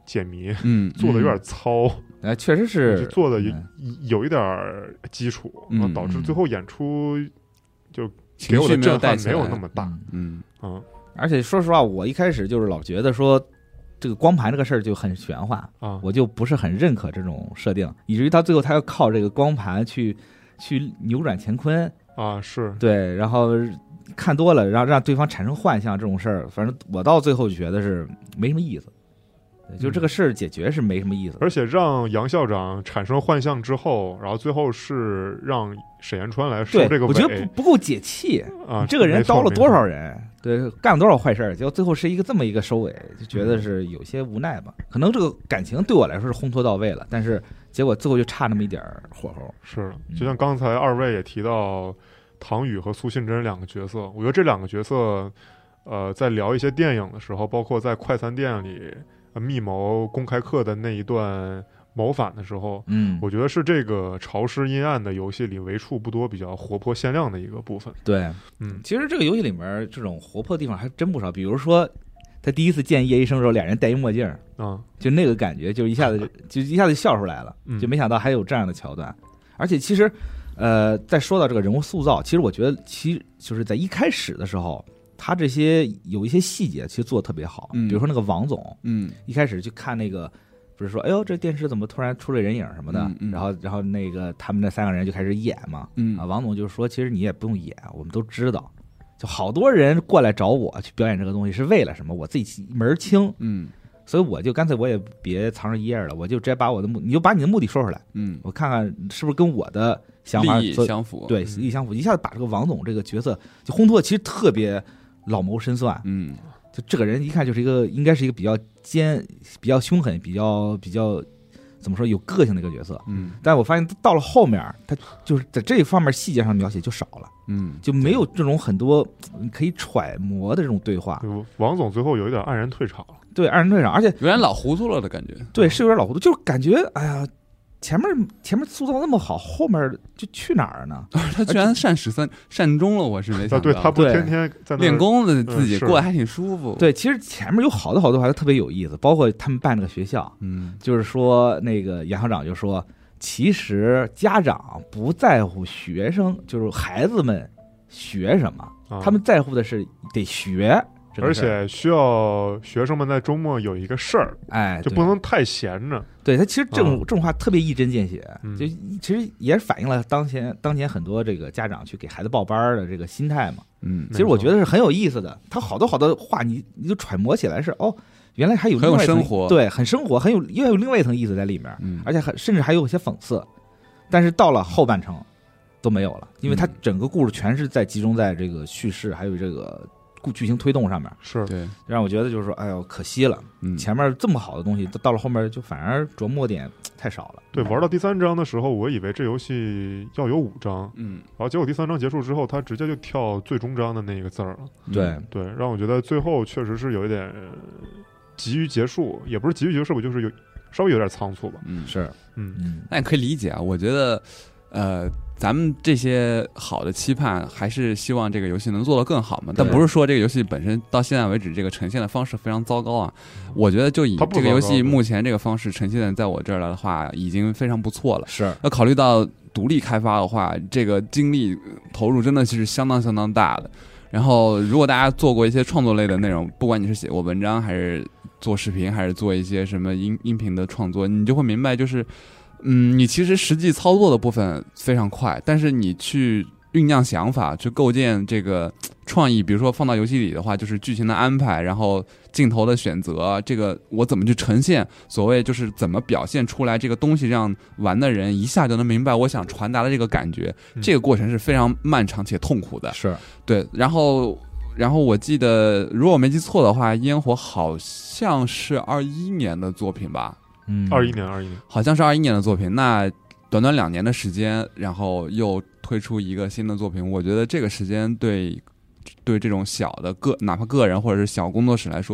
解谜， 嗯， 做的有点糙， 哎，确实是做的有嗯有一点基础， 嗯然后导致最后演出就情给我的绪没有震撼没带起来有那么大。 嗯， 嗯嗯而且说实话，我一开始就是老觉得说这个光盘这个事儿就很玄幻， 啊， 我就不是很认可这种设定，以至于到最后他要靠这个光盘去去扭转乾坤， 啊是， 对，然后看多了，让让对方产生幻象这种事儿，反正我到最后就觉得是没什么意思，对就这个事儿解决是没什么意思。 而且让杨校长产生幻象之后，然后最后是让沈延川来受对， 这个我觉得尾不不够解气， 啊， 这个人没错刀了多少？ 没人，对，干了多少坏事儿，结果最后是一个这么一个收尾，就觉得是有些无奈吧。可能这个感情对我来说是烘托到位了，但是结果最后就差那么一点儿火候。 错是， 嗯就像刚才二位也提到唐宇和苏信真两个角色，我觉得这两个角色，呃，在聊一些电影的时候，包括在快餐店里、呃、密谋公开课的那一段谋反的时候， 嗯， 我觉得是这个潮湿阴暗的游戏里为数不多比较活泼鲜亮的一个部分。 对， 嗯其实这个游戏里面这种活泼的地方还真不少，比如说他第一次见叶医生的时候，俩人戴一墨镜儿， 啊， 就那个感觉，就一下子就一下子笑出来了， 嗯就没想到还有这样的桥段。而且其实，呃，再说到这个人物塑造，其实我觉得，其实就是在一开始的时候，他这些有一些细节其实做的特别好， 嗯比如说那个王总， 嗯一开始去看那个。不是说，哎呦，这电视怎么突然出了人影什么的？ 嗯嗯然后，然后那个他们那三个人就开始演嘛。 嗯啊，王总就说，其实你也不用演，我们都知道。就好多人过来找我去表演这个东西是为了什么？我自己门儿清， 嗯所以我就干脆我也别藏着掖着了，我就直接把我的目，你就把你的目的说出来， 嗯， 我看看是不是跟我的想法利益所相符， 对利益相符，一下子把这个王总这个角色就烘托的其实特别老谋深算， 嗯就这个人一看就是一个应该是一个比较奸、比较凶狠、比较比较怎么说有个性的一个角色。 嗯但我发现到了后面，他就是在这方面细节上描写就少了， 嗯， 就没有这种很多你可以揣摩的这种对话。 就王总最后有一点黯然退场了。 对，二人退场，而且有点老糊涂了的感觉。 对是有点老糊涂，就是感觉哎呀，前面前面塑造那么好，后面就去哪儿了呢？ 他居然善始三善终了，我是没啊， 想到。 对他不对天天在那练儿功的自己嗯是过得还挺舒服。， 对，其实前面有好多好多还特别有意思，包括他们办那个学校， 嗯就是说那个杨校长就说，其实家长不在乎学生，就是孩子们学什么， 啊他们在乎的是得学这个而事儿， 且需要学生们在周末有一个事儿， 哎，对就不能太闲着。 对他其实这种、 啊这种话特别一针见血， 嗯就其实也反映了当前当前很多这个家长去给孩子报班儿的这个心态嘛。 嗯， 其实我觉得是很有意思的，他好多好多话你你就揣摩起来是哦，原来还有很有另外一层生活对，很生活，很有又有另外一层意思在里面， 嗯而且很甚至还有一些讽刺，但是到了后半程都没有了，因为它嗯整个故事全是在集中在这个叙事还有这个故剧情推动上面， 是， 对， 让我觉得就是说，哎呦，可惜了， 嗯， 前面这么好的东西，到了后面就反而琢磨点太少了。 对，玩到第三章的时候，我以为这游戏要有五章， 嗯， 然后结果第三章结束之后，它直接就跳最终章的那个字儿了。 对， 对，让我觉得最后确实是有一点呃急于结束，也不是急于结束，就是有稍微有点仓促吧。 嗯， 是， 嗯嗯， 那也可以理解啊。我觉得，呃，咱们这些好的期盼，还是希望这个游戏能做得更好嘛。但对不是说这个游戏本身到现在为止，这个呈现的方式非常糟糕啊。我觉得就以它不这个游戏糟糕对目前这个方式呈现在我这儿来的话，已经非常不错了。 是， 要考虑到独立开发的话，这个精力投入真的是相当相当大的。然后，如果大家做过一些创作类的内容，不管你是写过文章，还是做视频，还是做一些什么音音频的创作，你就会明白，就是，嗯，你其实实际操作的部分非常快，但是你去酝酿想法，去构建这个创意，比如说放到游戏里的话，就是剧情的安排，然后镜头的选择，这个我怎么去呈现，所谓就是怎么表现出来这个东西，让玩的人一下就能明白我想传达的这个感觉， 嗯这个过程是非常漫长且痛苦的。 是， 对，然后。然后我记得，如果我没记错的话，烟火好像是二一年的作品吧？ 嗯， 二一年，二一年， 好像是二一年的作品。那短短两年的时间，然后又推出一个新的作品，我觉得这个时间对对这种小的个哪怕个人或者是小工作室来说，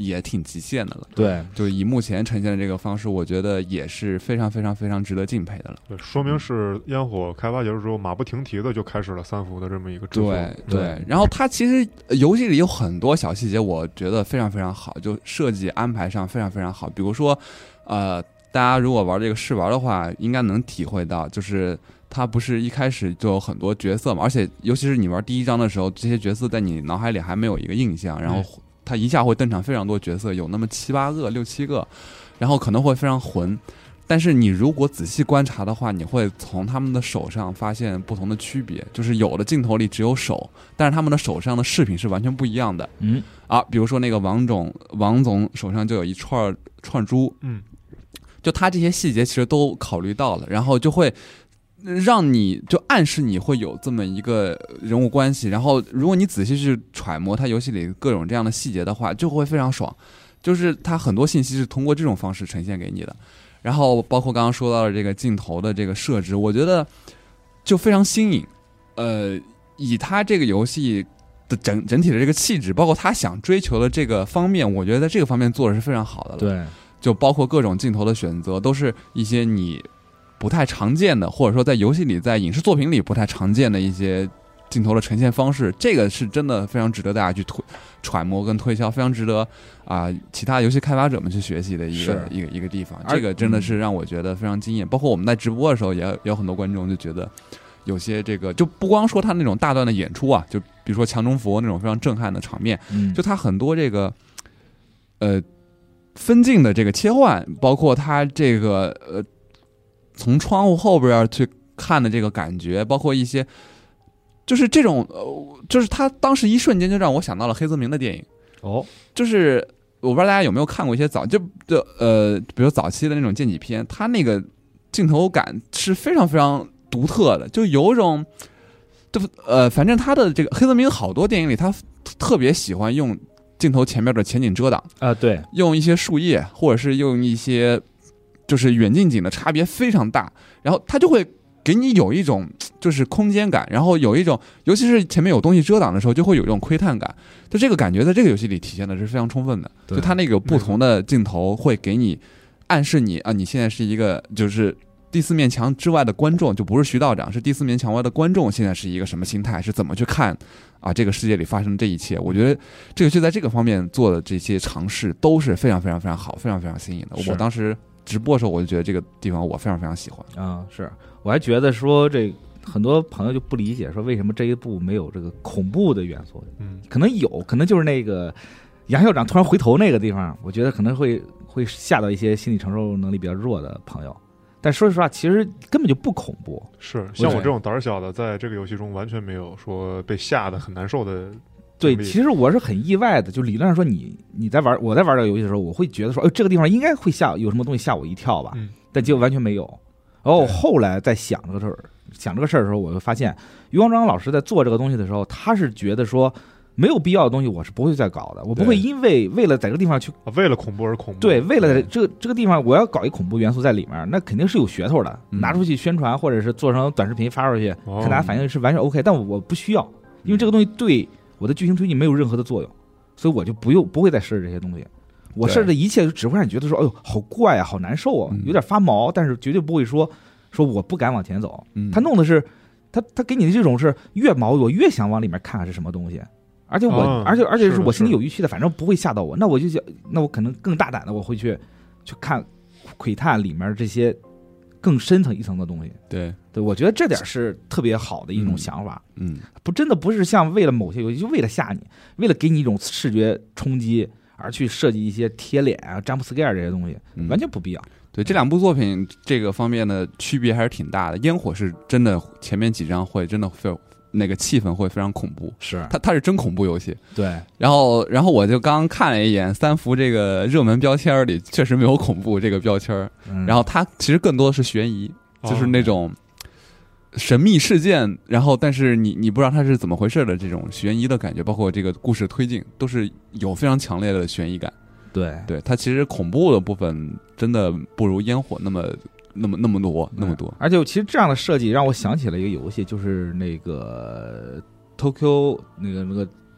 也挺极限的了。 对， 就以目前呈现的这个方式，我觉得也是非常非常非常值得敬佩的了。 对，说明是烟火开发结束之后，马不停蹄的就开始了三伏的这么一个制作。 对对，然后它其实游戏里有很多小细节，我觉得非常非常好，就设计安排上非常非常好。比如说，呃，大家如果玩这个试玩的话，应该能体会到，就是它不是一开始就有很多角色嘛，而且尤其是你玩第一章的时候，这些角色在你脑海里还没有一个印象，然后它一下会登场非常多角色，有那么七八个、六七个，然后可能会非常混。但是你如果仔细观察的话，你会从他们的手上发现不同的区别，就是有的镜头里只有手，但是他们的手上的饰品是完全不一样的。 嗯啊，比如说那个王总，王总手上就有一串串珠， 嗯， 就他这些细节其实都考虑到了，然后就会让你就暗示你会有这么一个人物关系，然后如果你仔细去揣摩他游戏里各种这样的细节的话，就会非常爽。就是他很多信息是通过这种方式呈现给你的。然后包括刚刚说到的这个镜头的这个设置，我觉得就非常新颖。呃，以他这个游戏的整整体的这个气质，包括他想追求的这个方面，我觉得在这个方面做的是非常好的了。 对， 就包括各种镜头的选择，都是一些你不太常见的，或者说在游戏里、在影视作品里不太常见的一些镜头的呈现方式，这个是真的非常值得大家去推揣摩跟推销，非常值得啊、呃、其他游戏开发者们去学习的一个一个一个地方。这个真的是让我觉得非常惊艳。嗯、包括我们在直播的时候也，也有很多观众就觉得有些这个就不光说他那种大段的演出啊，就比如说强中佛那种非常震撼的场面， 嗯、 就他很多这个呃分镜的这个切换，包括他这个呃从窗户后边去看的这个感觉，包括一些。就是这种，呃，就是他当时一瞬间就让我想到了黑泽明的电影哦， 就是我不知道大家有没有看过一些早就就呃，比如早期的那种剑戟片，他那个镜头感是非常非常独特的，就有一种，就呃，反正他的这个黑泽明好多电影里，他特别喜欢用镜头前面的前景遮挡啊，对， 用一些树叶或者是用一些就是远近景的差别非常大，然后他就会。给你有一种就是空间感，然后有一种，尤其是前面有东西遮挡的时候，就会有一种窥探感。就这个感觉在这个游戏里体现的是非常充分的。就它那个不同的镜头会给你暗示你啊，你现在是一个就是第四面墙之外的观众，就不是徐道长，是第四面墙外的观众，现在是一个什么心态，是怎么去看啊这个世界里发生的这一切。我觉得这个就在这个方面做的这些尝试都是非常非常非常好，非常非常新颖的。我当时直播的时候，我就觉得这个地方我非常非常喜欢啊、嗯，是。我还觉得说这很多朋友就不理解，说为什么这一部没有这个恐怖的元素？ 嗯， 可能有，可能就是那个杨校长突然回头那个地方，我觉得可能会会吓到一些心理承受能力比较弱的朋友。但说实话，其实根本就不恐怖。 是像我这种胆小的，在这个游戏中完全没有说被吓得很难受的。 对，其实我是很意外的，就理论上说你，你你在玩，我在玩这个游戏的时候，我会觉得说，哎，这个地方应该会吓，有什么东西吓我一跳吧？ 嗯， 但结果完全没有。然后我后来在想这个事儿，想这个事儿的时候，我就发现余光章老师在做这个东西的时候，他是觉得说没有必要的东西，我是不会再搞的。我不会因为为了在这个地方去、 啊、为了恐怖而恐怖。 对，为了这个这个地方我要搞一恐怖元素在里面，那肯定是有噱头的， 嗯、 拿出去宣传或者是做成短视频发出去， 哦、 看大家反应是完全 OK。但我不需要，因为这个东西对我的剧情推进没有任何的作用，所以我就不用不会再设置这些东西。我设置的一切只会让你觉得说，哎呦，好怪啊，好难受啊，有点发毛，但是绝对不会说。说我不敢往前走，他弄的是，他他给你的这种是越毛，我越想往里面看看是什么东西，而且我， 哦、 而且而且是我心里是有预期的，反正不会吓到我，那我就想，那我可能更大胆的，我会去去看窥探里面这些更深层一层的东西。 对对，我觉得这点是特别好的一种想法。 嗯， 不，真的不是像为了某些游戏，就为了吓你，为了给你一种视觉冲击而去设计一些贴脸啊、jump scare 这些东西，完全不必要。 对，这两部作品这个方面的区别还是挺大的。烟火是真的前面几章会真的非那个气氛会非常恐怖， 是它它是真恐怖游戏。 对， 然后然后我就刚刚看了一眼三伏这个热门标签里，确实没有恐怖这个标签， 嗯、 然后它其实更多的是悬疑，就是那种神秘事件，然后但是你你不知道它是怎么回事的这种悬疑的感觉，包括这个故事推进都是有非常强烈的悬疑感。 对对，它其实恐怖的部分真的不如烟火那么那么那么多那么多。 而且其实这样的设计让我想起了一个游戏，就是那个 Tokyo 那个那个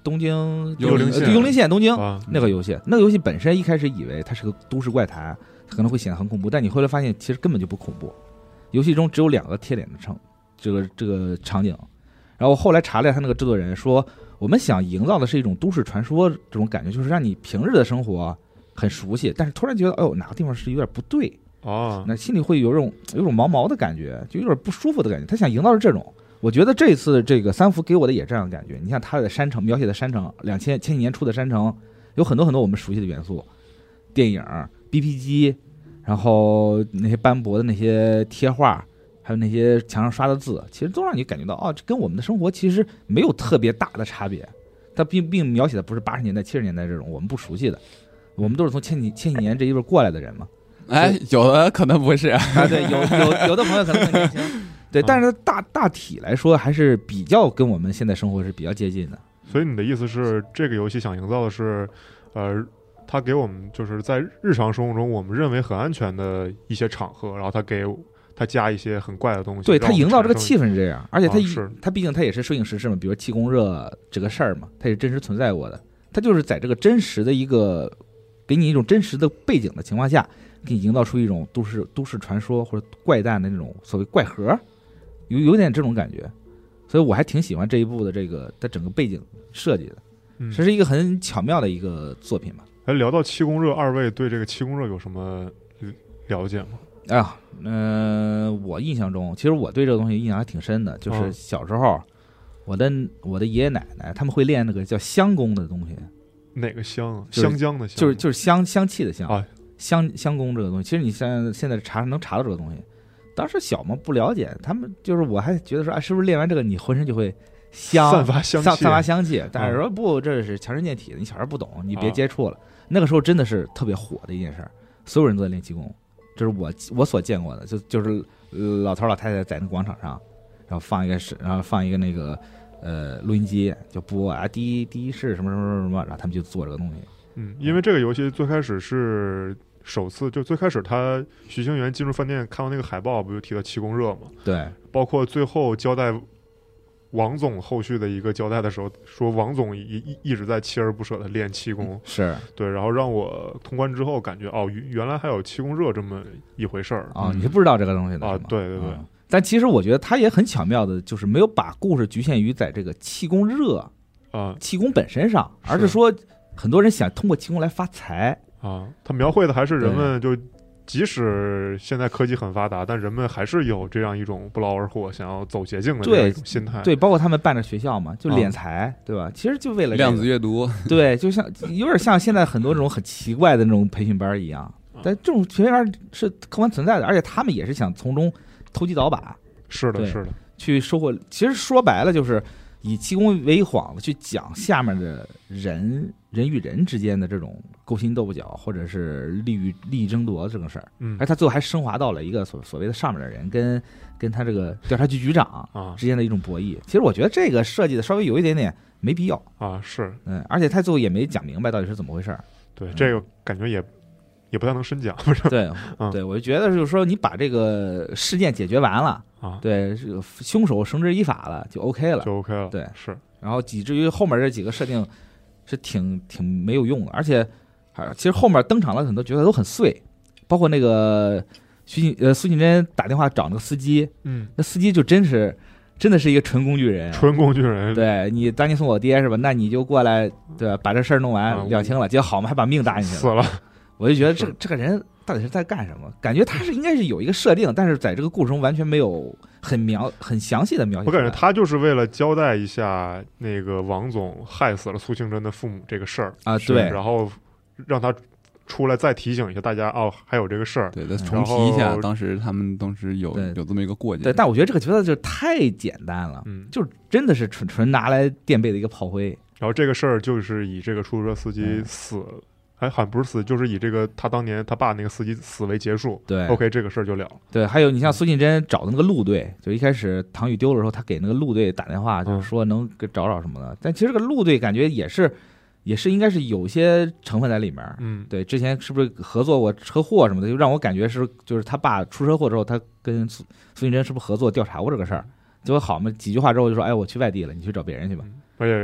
东京幽灵线呃幽灵线东京、 啊， 那个游戏，那个游戏本身一开始以为它是个都市怪谈，可能会显得很恐怖，但你后来发现其实根本就不恐怖。游戏中只有两个贴脸的场，这个这个场景。然后后来查了他那个制作人说，我们想营造的是一种都市传说这种感觉，就是让你平日的生活很熟悉，但是突然觉得，哎呦，哪个地方是有点不对， 哦， 那心里会有种有种毛毛的感觉，就有点不舒服的感觉。他想营造的是这种。我觉得这次这个三伏给我的也这样的感觉。你像他的山城描写的山城，两千千几年初的山城，有很多很多我们熟悉的元素，电影、B P 机，然后那些斑驳的那些贴画，还有那些墙上刷的字，其实都让你感觉到，哦，这跟我们的生活其实没有特别大的差别。它并并描写的不是八十年代、七十年代这种我们不熟悉的，我们都是从千几千几年这一辈过来的人嘛。 哎，有的可能不是啊，对，有有有的朋友可能更年轻。对，但是大大体来说还是比较跟我们现在生活是比较接近的。 所以你的意思是，这个游戏想营造的是，呃，它给我们就是在日常生活中我们认为很安全的一些场合，然后它给它加一些很怪的东西。 对，它营造这个气氛是这样，而且它、 啊、 它毕竟它也是摄影实事嘛，比如气功热这个事儿嘛，它也真实存在过的。它就是在这个真实的一个给你一种真实的背景的情况下，给你营造出一种都市都市传说或者怪诞的那种所谓怪盒。有有点这种感觉，所以我还挺喜欢这一部的这个它整个背景设计的， 嗯， 这是一个很巧妙的一个作品吧。 哎，聊到气功热，二位对这个气功热有什么了解吗？ 哎呀，呃，我印象中，其实我对这个东西印象还挺深的，就是小时候，我的我的爷爷奶奶他们会练那个叫香功的东西。 哪个香啊？ 就是香江的香， 就是就是香香气的香啊， 香香功这个东西，其实你现现在查能查到这个东西。当时小嘛不了解，他们就是我还觉得说啊，是不是练完这个你浑身就会香， 散发香气， 散发香气？但是说不，这是强身健体的，你小孩不懂，你别接触了。啊、那个时候真的是特别火的一件事，所有人都在练气功，这是我我所见过的，就就是老头老太太在那广场上，然后放一个是，然后放一个那个呃录音机就播啊，第一第一式什么什么什么什么，然后他们就做这个东西。 嗯，因为这个游戏最开始是。首次就最开始他徐星源进入饭店看到那个海报，不就提到气功热吗？ 对， 包括最后交代王总后续的一个交代的时候，说王总一一直在锲而不舍的练气功， 是对，然后让我通关之后感觉哦，原来还有气功热这么一回事儿啊、哦！你是不知道这个东西的啊？对对对、 嗯。但其实我觉得他也很巧妙的，就是没有把故事局限于在这个气功热啊气功本身上，而是说很多人想通过气功来发财。 啊，他描绘的还是人们就，即使现在科技很发达，但人们还是有这样一种不劳而获、想要走捷径的这样一种心态。 对，包括他们办的学校嘛，就敛财，啊、对吧？其实就为了、这个、 量子阅读， 对，就像有点像现在很多这种很奇怪的那种培训班一样。但这种培训班是客观存在的，而且他们也是想从中投机倒把。 是的，是的， 去收获。其实说白了就是以气功为幌子去讲下面的人。人与人之间的这种勾心斗角，或者是利益利益争夺这种事儿， 嗯， 而他最后还升华到了一个所所谓的上面的人跟跟他这个调查局局长之间的一种博弈。啊、其实我觉得这个设计的稍微有一点点没必要啊，是， 嗯，而且他最后也没讲明白到底是怎么回事。 对，嗯、这个感觉也也不太能深讲。 对， 嗯、 对，我就觉得就是说你把这个事件解决完了啊， 对，凶手绳之以法了，就 OK 了， 就 OK 了。 对， 是， 然后以至于后面这几个设定。是挺挺没有用的，而且，其实后面登场了很多角色都很碎，包括那个徐锦呃苏锦珍打电话找那个司机， 嗯， 那司机就真是真的是一个纯工具人， 纯工具人， 对你当年送我爹是吧？那你就过来对吧？把这事儿弄完了清了，结果好嘛还把命搭进去了， 死了。 我就觉得这这个人到底是在干什么？感觉他是应该是有一个设定，但是在这个故事中完全没有很描很详细的描写。 我感觉他就是为了交代一下那个王总害死了苏庆珍的父母这个事儿啊，对， 然后让他出来再提醒一下大家哦，还有这个事儿， 对，再重提一下当时他们当时有有这么一个过节。 对，但我觉得这个角色就太简单了， 嗯， 就真的是纯纯拿来垫背的一个炮灰。 然后这个事儿就是以这个出租车司机死。嗯哎，好像不是死，就是以这个他当年他爸那个司机死为结束。 对 ，OK， 这个事儿就了。 对，还有你像苏庆珍找的那个陆队，就一开始唐宇丢的时候，他给那个陆队打电话，就是说能给找找什么的。嗯、但其实这个陆队感觉也是，也是应该是有些成分在里面。 嗯， 对，之前是不是合作过车祸什么的，就让我感觉是，就是他爸出车祸之后，他跟苏苏庆珍是不是合作调查过这个事儿？结果好嘛，几句话之后就说，哎，我去外地了，你去找别人去吧。 嗯、而且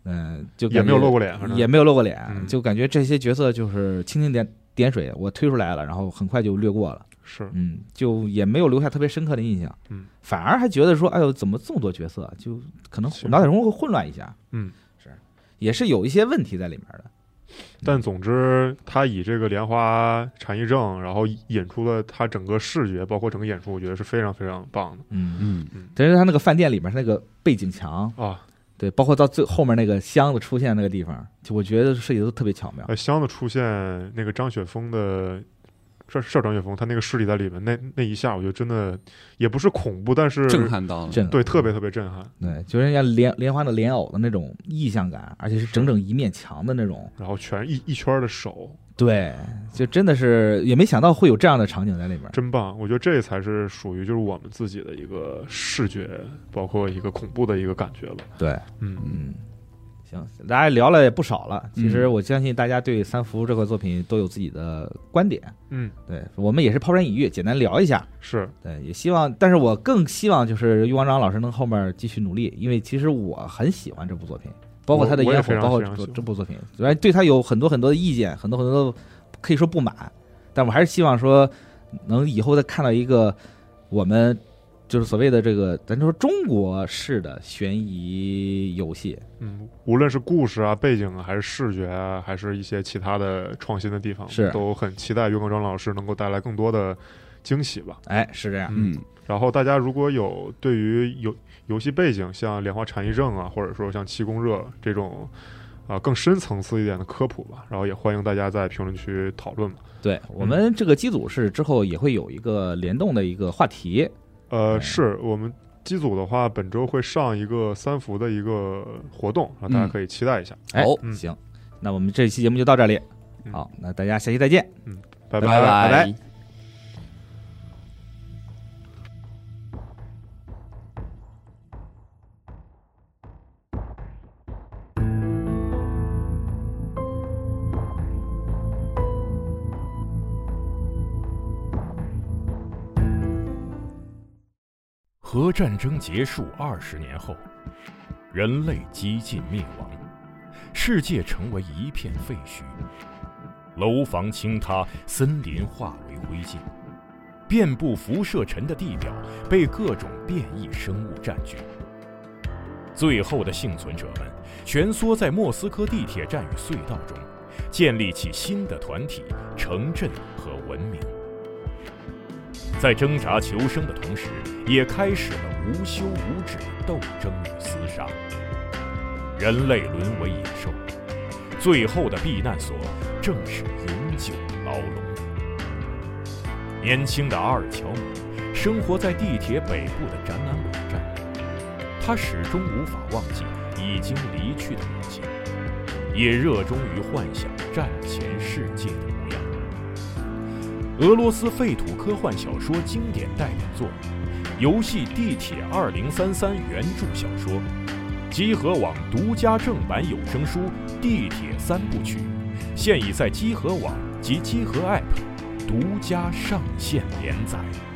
嗯，就也没有露过脸，反正也没有露过脸， 嗯就感觉这些角色就是蜻蜓点点水，我推出来了，然后很快就略过了。 是， 嗯，就也没有留下特别深刻的印象， 嗯， 反而还觉得说，哎呦，怎么这么多角色，就可能脑海中会混乱一下， 嗯， 是，也是有一些问题在里面的。 但总之，他以这个莲花禅意正，然后引出了他整个视觉，包括整个演出，我觉得是非常非常棒的。 嗯嗯嗯， 但是他那个饭店里面那个背景墙啊， 对，包括到最后面那个箱子出现那个地方，就我觉得设计的都特别巧妙。 呃，箱子出现那个张雪峰的。是是张雪峰，他那个尸体在里面，那那一下，我觉得真的也不是恐怖，但是震撼到了， 对，特别特别震撼。 对，就是人家莲莲花的莲藕的那种意象感，而且是整整一面墙的那种， 然后全一一圈的手， 对，就真的是也没想到会有这样的场景在里面， 真棒！我觉得这才是属于就是我们自己的一个视觉，包括一个恐怖的一个感觉了。 对， 嗯嗯。行，大家聊了也不少了。其实我相信大家对三伏这块作品都有自己的观点。 嗯， 对，我们也是抛砖引玉，简单聊一下。 是， 对，也希望，但是我更希望就是玉王章老师能后面继续努力，因为其实我很喜欢这部作品，包括他的烟火，包括这这部作品，虽然对他有很多很多的意见，很多很多的可以说不满，但我还是希望说能以后再看到一个我们。就是所谓的这个，咱就说中国式的悬疑游戏， 嗯，无论是故事啊、背景啊，还是视觉啊，还是一些其他的创新的地方， 是都很期待岳光章老师能够带来更多的惊喜吧。 哎，是这样。 嗯，然后大家如果有对于游游戏背景，像莲花禅意正啊，或者说像七宫热这种啊、呃、更深层次一点的科普吧，然后也欢迎大家在评论区讨论吧。 对，我们这个机组是之后也会有一个联动的一个话题。 呃，是我们机组的话，本周会上一个三伏的一个活动，然后大家可以期待一下。 哎、 哦， 嗯，行，那我们这期节目就到这里。好，那大家下期再见。 嗯，拜拜拜拜。 核战争结束二十年后，人类几近灭亡，世界成为一片废墟，楼房倾塌，森林化为灰烬，遍布辐射尘的地表被各种变异生物占据。最后的幸存者们蜷缩在莫斯科地铁站与隧道中，建立起新的团体、城镇和文明。在挣扎求生的同时，也开始了无休无止的斗争与厮杀。人类沦为野兽，最后的避难所正是永久牢笼。年轻的阿尔乔姆生活在地铁北部的展览网站，他始终无法忘记已经离去的母亲，也热衷于幻想战前世界的模样。俄罗斯废土科幻小说经典代表作，游戏《地铁二零三三》原著小说，集合网独家正版有声书《地铁三部曲》，现已在集合网及集合 App 独家上线连载。